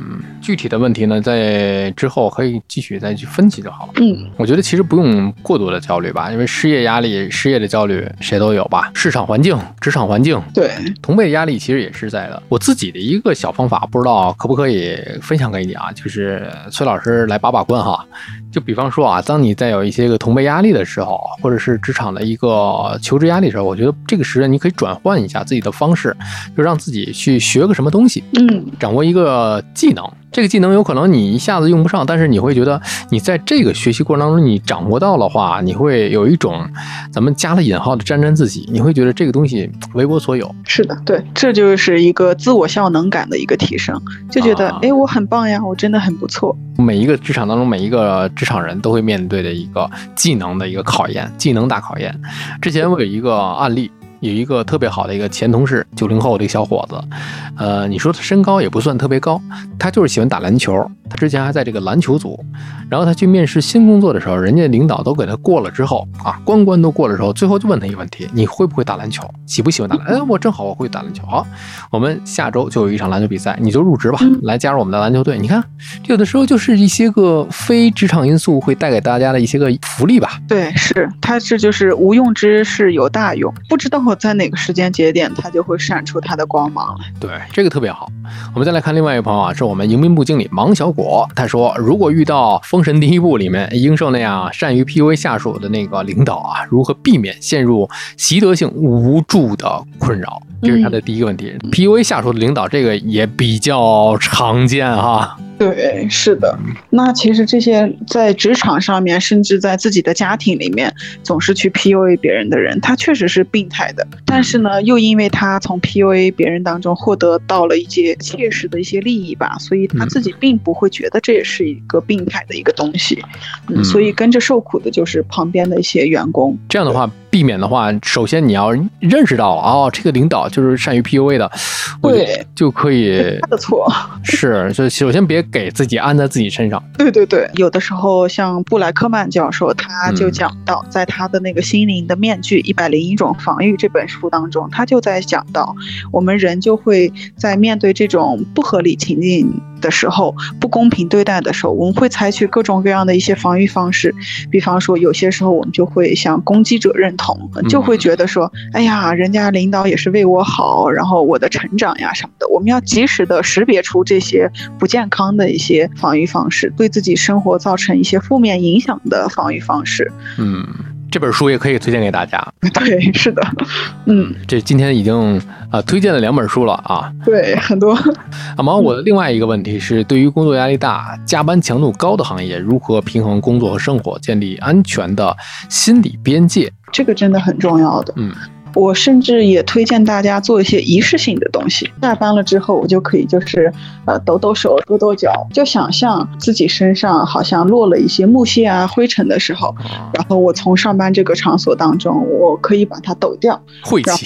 具体的问题呢，在之后可以继续再去分析就好了。 嗯， 我觉得其实不用过多的焦虑吧，因为失业压力、失业的焦虑谁都有吧。市场环境、职场环境， 对， 同辈的压力其实也是在的。我自己的一个小方法，不知道可不可以分享给你啊？就是崔老师来把把关哈。就比方说啊，当你在有一些个同辈压力的时候，或者是职场的一个求职压力的时候，我觉得这个时间你可以转换一下自己的方式，就让自己去学个什么东西， 嗯， 掌握一个技能。这个技能有可能你一下子用不上，但是你会觉得你在这个学习过程当中你掌握到的话，你会有一种咱们加了引号的沾沾自喜，你会觉得这个东西为我所有。 是的，对，这就是一个自我效能感的一个提升，就觉得哎、啊，我很棒呀，我真的很不错。 每一个职场当中，每一个职场人都会面对的一个技能的一个考验，技能大考验。之前我有一个案例。有一个特别好的一个前同事，九零后的一个小伙子，呃，你说他身高也不算特别高，他就是喜欢打篮球，他之前还在这个篮球组，然后他去面试新工作的时候，人家领导都给他过了之后啊，关关都过了之后，最后就问他一个问题：你会不会打篮球？喜不喜欢打篮球？哎，我正好我会打篮球，好，我们下周就有一场篮球比赛，你就入职吧，来加入我们的篮球队。你看，有的时候就是一些个非职场因素会带给大家的一些个福利吧。 对，是他这就是无用之事有大用，不知道在哪个时间节点它就会闪出它的光芒了。 对，这个特别好。我们再来看另外一个朋友啊，是我们迎宾部经理王小果，他说如果遇到《封神第一部》里面英寿那样善于 P U A 下属的那个领导啊，如何避免陷入习得性无助的困扰，这是他的第一个问题。嗯、P U A 下属的领导这个也比较常见哈。 对，是的。那其实这些在职场上面，甚至在自己的家庭里面，总是去 P U A 别人的人，他确实是病态的。但是呢，又因为他从 P U A 别人当中获得到了一些切实的一些利益吧，所以他自己并不会觉得这也是一个病态的一个东西。嗯，所以跟着受苦的就是旁边的一些员工。 这样的话，避免的话，首先你要认识到哦，这个领导就是善于 P U A 的， 对， 就可以他的错是，就首先别给自己安在自己身上。 对对对，有的时候像布莱克曼教授，他就讲到，在他的那个《心灵的面具：一百零一种防御》这本书当中，他就在讲到，我们人就会在面对这种不合理情境的时候，不公平对待的时候，我们会采取各种各样的一些防御方式。比方说，有些时候我们就会像攻击者认同，就会觉得说，哎呀，人家领导也是为我好，然后我的成长呀什么的，我们要及时的识别出这些不健康的一些防御方式，对自己生活造成一些负面影响的防御方式。 嗯。这本书也可以推荐给大家。 对，是的，嗯， 这今天已经呃推荐了两本书了啊。 对，很多。 那么我的另外一个问题是，对于工作压力大、加班强度高的行业，如何平衡工作和生活，建立安全的心理边界？ 这个真的很重要的。嗯。我甚至也推荐大家做一些仪式性的东西。下班了之后，我就可以就是呃抖抖手、抖抖脚，就想象自己身上好像落了一些木屑啊、灰尘的时候，然后我从上班这个场所当中，我可以把它抖掉。 晦气，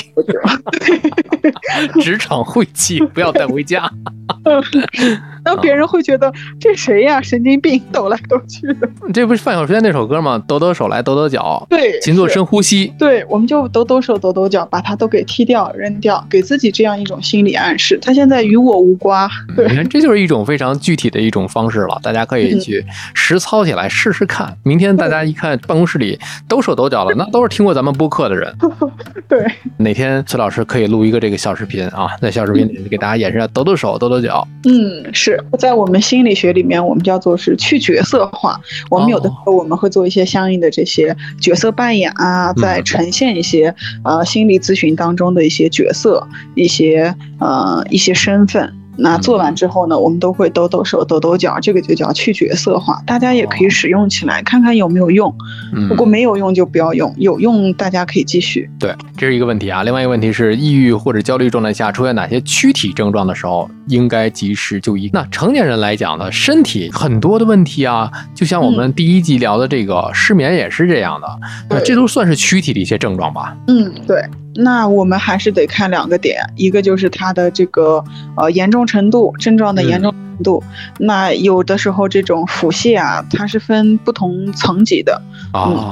职场晦气，不要带回家。 然后别人会觉得这谁呀，神经病，抖来抖去的。 这不是范晓萱那首歌吗？抖抖手来抖抖脚， 对， 勤做深呼吸。 对，我们就抖抖手、抖抖脚，把它都给踢掉、扔掉，给自己这样一种心理暗示。他现在与我无关。对， 你看，这就是一种非常具体的一种方式了，大家可以去实操起来试试看。明天大家一看办公室里抖手抖脚了，那都是听过咱们播客的人。 对， 哪天崔老师可以录一个这个小视频啊，在小视频里给大家演示抖抖手、抖抖脚。 嗯，是在我们心理学里面，我们叫做是去角色化。我们有的时候我们会做一些相应的这些角色扮演啊，再呈现一些、嗯、呃心理咨询当中的一些角色、一些呃一些身份。那做完之后呢，我们都会抖抖手、抖抖脚，这个就叫去角色化。大家也可以使用起来，看看有没有用。如果没有用就不要用，有用大家可以继续。 对，这是一个问题啊。另外一个问题是，抑郁或者焦虑状态下出现哪些躯体症状的时候，应该及时就医。那成年人来讲呢，身体很多的问题啊，就像我们第一集聊的这个、嗯、失眠也是这样的，那这都算是躯体的一些症状吧？ 嗯，对。那我们还是得看两个点，一个就是它的这个呃严重程度，症状的严重程度。嗯、那有的时候这种腹泻啊，它是分不同层级的。 啊、哦嗯，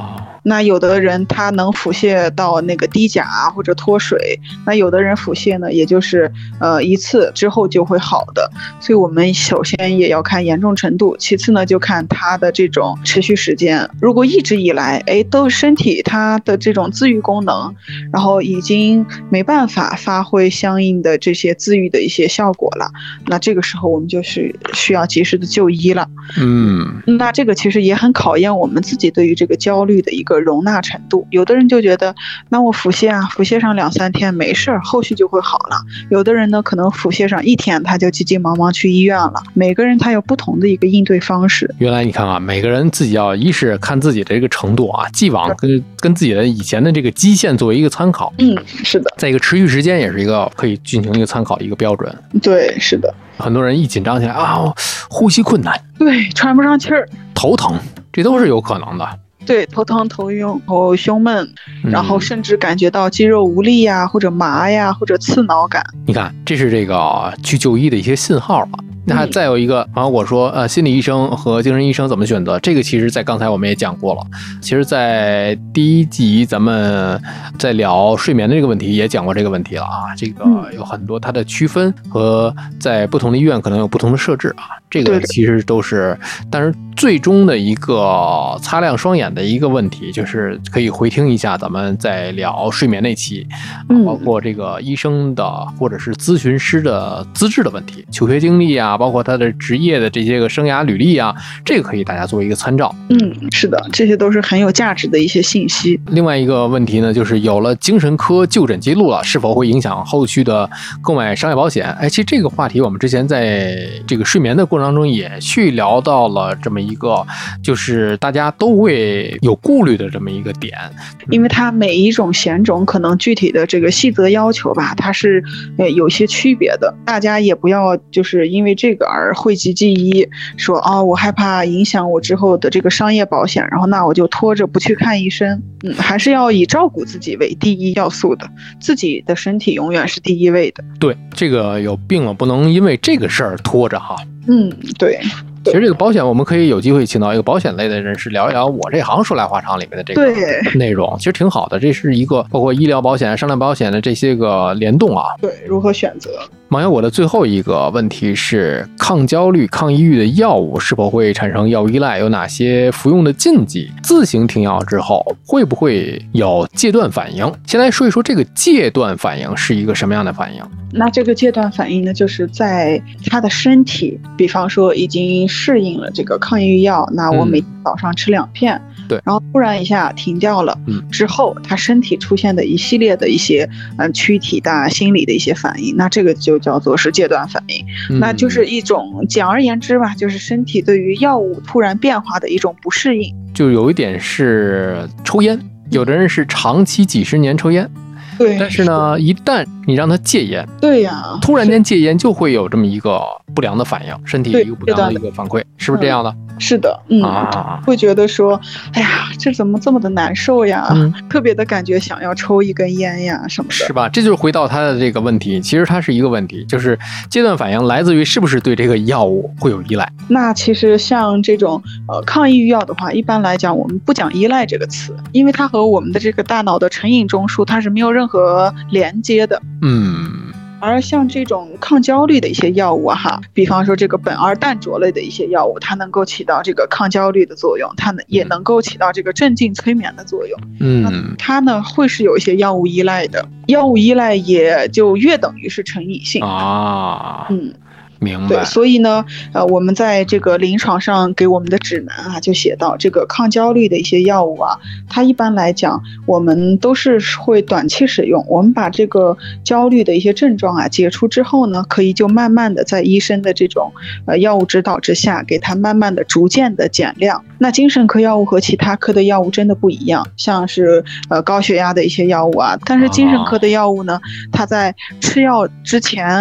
那有的人他能腹泻到那个低钾或者脱水，那有的人腹泻呢，也就是呃一次之后就会好的。所以我们首先也要看严重程度，其次呢就看他的这种持续时间。如果一直以来，哎，都身体它的这种自愈功能，然后已经没办法发挥相应的这些自愈的一些效果了，那这个时候我们就是需要及时的就医了。 嗯， 那这个其实也很考验我们自己对于这个焦虑的一个容纳程度。有的人就觉得，那我腹泻啊，腹泻上两三天没事儿，后续就会好了。有的人呢，可能腹泻上一天他就急急忙忙去医院了。每个人他有不同的一个应对方式。 原来你看啊，每个人自己要一是看自己的这个程度啊，既往跟跟自己的以前的这个基线作为一个参考。 嗯，是的。 再一个持续时间也是一个可以进行一个参考一个标准。 对，是的。 很多人一紧张起来啊，呼吸困难， 对，喘不上气儿， 头疼，这都是有可能的。 对，头疼、头晕、然后胸闷，然后甚至感觉到肌肉无力呀，或者麻呀，或者刺挠感。 你看，这是这个去就医的一些信号了。那再有一个，然后我说，呃，心理医生和精神医生怎么选择？这个其实在刚才我们也讲过了。其实，在第一集咱们在聊睡眠的这个问题也讲过这个问题了啊。这个有很多它的区分和在不同的医院可能有不同的设置啊。这个其实都是，但是最终的一个擦亮双眼的一个问题，就是可以回听一下咱们在聊睡眠那期，包括这个医生的或者是咨询师的资质的问题、求学经历啊。包括他的职业的这些个生涯履历啊，这个可以大家作为一个参照。 嗯，是的，这些都是很有价值的一些信息。 另外一个问题呢，就是有了精神科就诊记录了，是否会影响后续的购买商业保险？哎，其实这个话题我们之前在这个睡眠的过程当中也去聊到了这么一个，就是大家都会有顾虑的这么一个点。 因为它每一种险种可能具体的这个细则要求吧，它是呃有些区别的，大家也不要就是因为这个而讳疾忌医，说哦，我害怕影响我之后的这个商业保险，然后那我就拖着不去看医生。嗯，还是要以照顾自己为第一要素的，自己的身体永远是第一位的。 对，这个有病了不能因为这个事儿拖着哈。 嗯，对。 其实这个保险，我们可以有机会请到一个保险类的人士聊一聊我这行说来话长里面的这个内容，其实挺好的。这是一个包括医疗保险、商业保险的这些个联动啊。 对，如何选择？ 网友我的最后一个问题是，抗焦虑、抗抑郁的药物是否会产生药物依赖？有哪些服用的禁忌？自行停药之后会不会有戒断反应？先来说一说这个戒断反应是一个什么样的反应？ 那这个戒断反应呢，就是在他的身体，比方说已经适应了这个抗抑郁药，那我每天早上吃两片， 对、嗯， 然后突然一下停掉了，嗯，之后他身体出现的一系列的一些嗯躯体的、心理的一些反应，那这个就叫做是戒断反应、嗯，那就是一种简而言之吧，就是身体对于药物突然变化的一种不适应， 就有一点是抽烟，有的人是长期几十年抽烟。 对， 但是呢，一旦你让他戒烟， 对呀、啊， 突然间戒烟就会有这么一个不良的反应，身体一个不良的一个反馈，是不是这样的？ 嗯、是的，嗯、啊，会觉得说，哎呀，这怎么这么的难受呀？嗯、特别的感觉想要抽一根烟呀什么的， 是吧？这就是回到他的这个问题，其实它是一个问题，就是戒断反应来自于是不是对这个药物会有依赖。 那其实像这种呃抗抑郁药的话，一般来讲我们不讲依赖这个词，因为它和我们的这个大脑的成瘾中枢它是没有任何连接的。 嗯。 而像这种抗焦虑的一些药物啊，哈，比方说这个苯二氮卓类的一些药物，它能够起到这个抗焦虑的作用，它呢也能够起到这个镇静催眠的作用。 嗯， 它呢会是有一些药物依赖的，药物依赖也就约等于是成瘾性啊。 嗯。 明白。 对，所以呢，呃，我们在这个临床上给我们的指南啊，就写到这个抗焦虑的一些药物啊，它一般来讲，我们都是会短期使用。我们把这个焦虑的一些症状啊解除之后呢，可以就慢慢的在医生的这种呃药物指导之下，给它慢慢的、逐渐的减量。那精神科药物和其他科的药物真的不一样，像是呃高血压的一些药物啊，但是精神科的药物呢，它在吃药之前。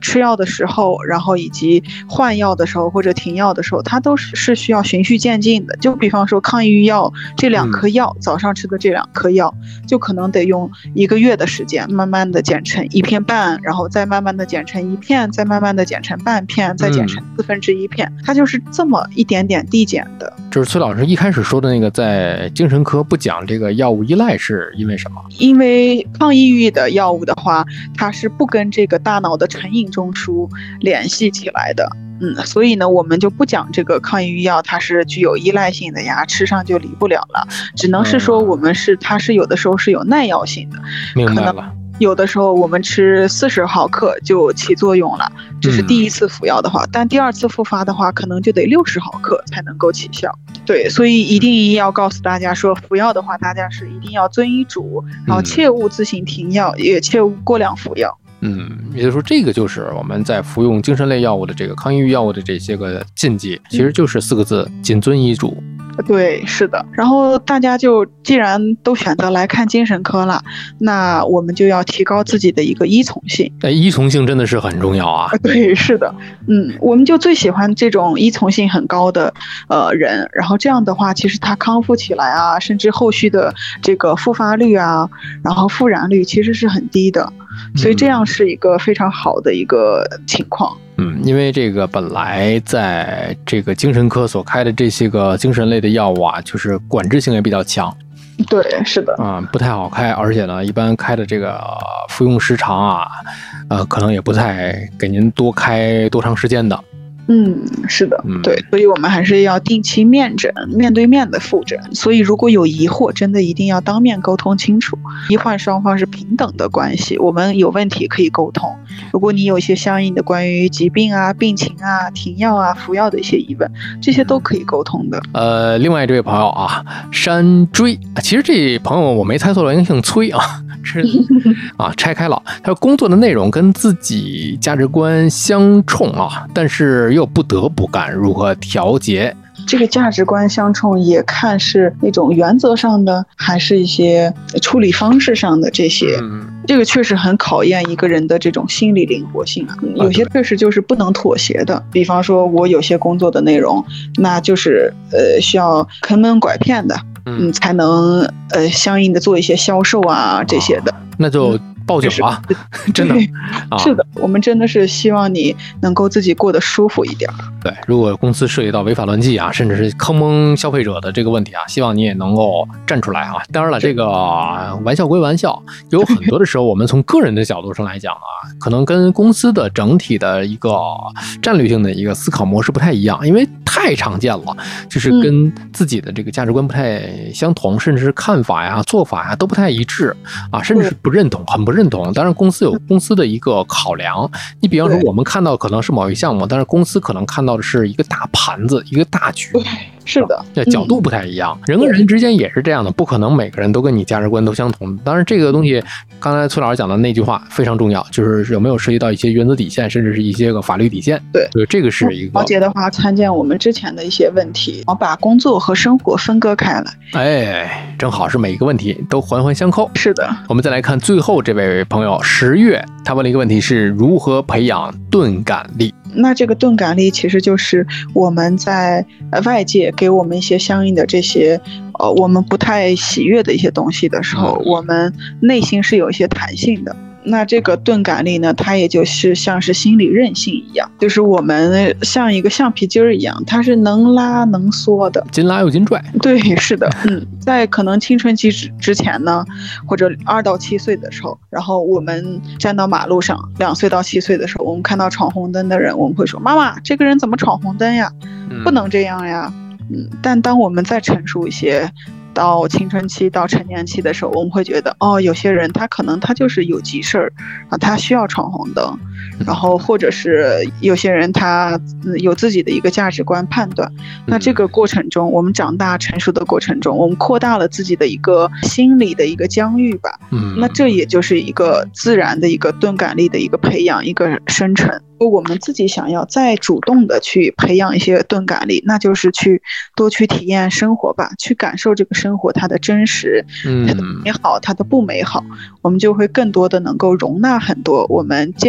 吃药的时候，然后以及换药的时候或者停药的时候，它都是需要循序渐进的。就比方说抗抑郁药这两颗药、嗯、早上吃的这两颗药就可能得用一个月的时间慢慢的减成一片半，然后再慢慢的减成一片，再慢慢的减成半片，再减成四分之一片、嗯、它就是这么一点点递减的。 就是崔老师一开始说的那个在精神科不讲这个药物依赖是因为什么？ 因为抗抑郁的药物的话，它是不跟这个大脑的成瘾中枢联系起来的，嗯，所以呢，我们就不讲这个抗抑郁药它是具有依赖性的呀，吃上就离不了了，只能是说我们是它是有的时候是有耐药性的， 明白了。 有的时候我们吃四十毫克就起作用了，这是第一次服药的话、嗯、但第二次复发的话可能就得六十毫克才能够起效。对，所以一定要告诉大家说，服药的话大家是一定要遵医嘱，然后切勿自行停药、嗯、也切勿过量服药。 嗯，也就是说这个就是我们在服用精神类药物的这个抗抑郁药物的这些个禁忌，其实就是四个字：谨遵医嘱。 对，是的。然后大家就既然都选择来看精神科了，那我们就要提高自己的一个依从性。 哎，依从性真的是很重要啊。 对，是的。嗯，我们就最喜欢这种依从性很高的呃人，然后这样的话，其实他康复起来啊，甚至后续的这个复发率啊，然后复燃率其实是很低的。所以这样是一个非常好的一个情况。 嗯，因为这个本来在这个精神科所开的这些个精神类的药物啊，就是管制性也比较强。 对，是的。 啊、嗯，不太好开，而且呢，一般开的这个服用时长啊，呃，可能也不太给您多开多长时间的。 嗯，是的，对，所以我们还是要定期面诊，面对面的复诊。所以如果有疑惑，真的一定要当面沟通清楚。医患双方是平等的关系，我们有问题可以沟通。如果你有一些相应的关于疾病啊、病情啊、停药啊、服药的一些疑问，这些都可以沟通的。 呃，另外这位朋友啊，山追，其实这朋友我没猜错了，应该姓崔啊。是啊，拆开了，他说工作的内容跟自己价值观相冲啊，但是又不得不干，如何调节？ 这个价值观相冲也看是那种原则上的，还是一些处理方式上的这些。嗯，这个确实很考验一个人的这种心理灵活性啊。有些确实就是不能妥协的，比方说我有些工作的内容，那就是呃需要坑蒙拐骗的。嗯，才能呃相应的做一些销售啊这些的，哦、 那就报警吧，嗯、真的、 啊，是的，我们真的是希望你能够自己过得舒服一点。 对，如果公司涉及到违法乱纪啊，甚至是坑蒙消费者的这个问题啊，希望你也能够站出来啊。当然了，这个玩笑归玩笑，有很多的时候，我们从个人的角度上来讲啊，可能跟公司的整体的一个战略性的一个思考模式不太一样，因为太常见了，就是跟自己的这个价值观不太相同，甚至是看法呀、做法呀都不太一致啊，甚至是不认同，很不认同。当然，公司有公司的一个考量。你比方说，我们看到可能是某一项目，但是公司可能看到的是一个大盘子、一个大局。 是的， 这角度不太一样、嗯，人跟人之间也是这样的，不可能每个人都跟你价值观都相同。当然，这个东西刚才崔老师讲的那句话非常重要，就是有没有涉及到一些原则底线，甚至是一些个法律底线。 对， 对，这个是一个。 了解的话，参见我们之前的一些问题，然后把工作和生活分割开来。 哎，正好是每一个问题都环环相扣。 是的， 我们再来看最后这位朋友十月，他问了一个问题是如何培养钝感力。 那这个钝感力其实就是我们在外界给我们一些相应的这些呃我们不太喜悦的一些东西的时候，我们内心是有一些弹性的。那这个钝感力呢，它也就是像是心理韧性一样，就是我们像一个橡皮筋儿一样，它是能拉能缩的， 筋拉又筋拽。 对，是的，嗯，在可能青春期之之前呢，或者二到七岁的时候，然后我们站到马路上，两岁到七岁的时候，我们看到闯红灯的人，我们会说：“妈妈，这个人怎么闯红灯呀？不能这样呀。”嗯，但当我们再成熟一些，到青春期到成年期的时候，我们会觉得哦，有些人他可能他就是有急事儿啊，他需要闯红灯，然后或者是有些人他有自己的一个价值观判断。那这个过程中，我们长大成熟的过程中，我们扩大了自己的一个心理的一个疆域吧。嗯，那这也就是一个自然的一个钝感力的一个培养，一个生成。如果我们自己想要再主动的去培养一些钝感力，那就是去多去体验生活吧，去感受这个生活它的真实，它的美好，它的不美好，我们就会更多的能够容纳很多我们见不得的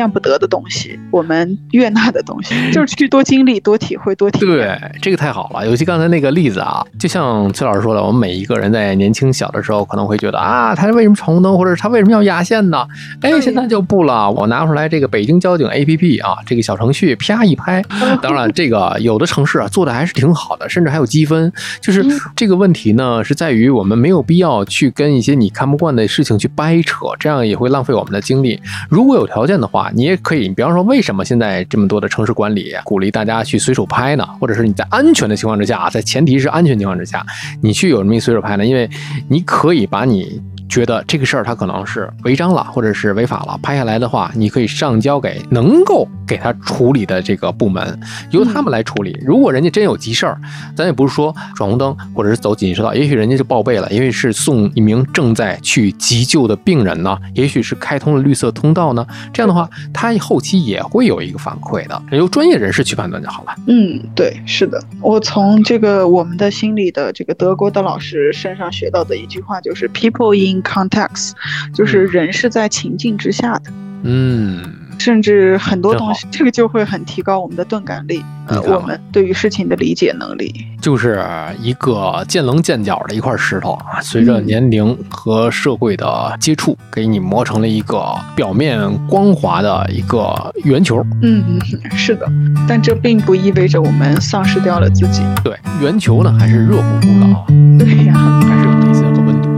的东西，我们悦纳的东西，就是去多经历、多体会、多体验。 对，这个太好了。尤其刚才那个例子啊，就像崔老师说的，我们每一个人在年轻小的时候可能会觉得啊，他为什么闯红灯，或者是他为什么要压线呢？哎，现在就不了，我拿出来这个北京交警 A P P 啊，这个小程序啪一拍，当然这个有的城市啊做的还是挺好的，甚至还有积分。就是这个问题呢，是在于我们没有必要去跟一些你看不惯的事情去掰扯，这样也会浪费我们的精力。如果有条件的话，你也可以，比方说为什么现在这么多的城市管理鼓励大家去随手拍呢？或者是你在安全的情况之下，在前提是安全情况之下，你去有这么一随手拍呢？因为你可以把你觉得这个事儿它可能是违章了，或者是违法了，拍下来的话，你可以上交给能够给他处理的这个部门，由他们来处理。如果人家真有急事儿，咱也不是说闯红灯或者是走紧急车道，也许人家就报备了，也许是送一名正在去急救的病人呢，也许是开通了绿色通道呢。这样的话，他后期也会有一个反馈的，由专业人士去判断就好了。 嗯，对，是的。我从这个我们的心理的这个德国的老师身上学到的一句话就是 people in context， 就是人是在情境之下的。嗯，甚至很多东西，这个就会很提高我们的钝感力，呃，我们对于事情的理解能力。 就是一个见棱见角的一块石头啊，随着年龄和社会的接触，给你磨成了一个表面光滑的一个圆球。 嗯，是的，但这并不意味着我们丧失掉了自己。 对，圆球呢还是热乎乎的啊。 对呀， 还是有内心和温度的。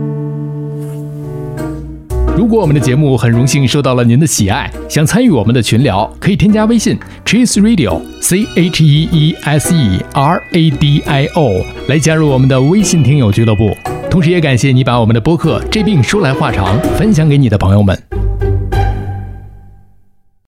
如果我们的节目很荣幸受到了您的喜爱，想参与我们的群聊，可以添加微信 Cheese Radio C H E E S E R A D I O 来加入我们的微信听友俱乐部。同时也感谢你把我们的播客这病说来话长分享给你的朋友们。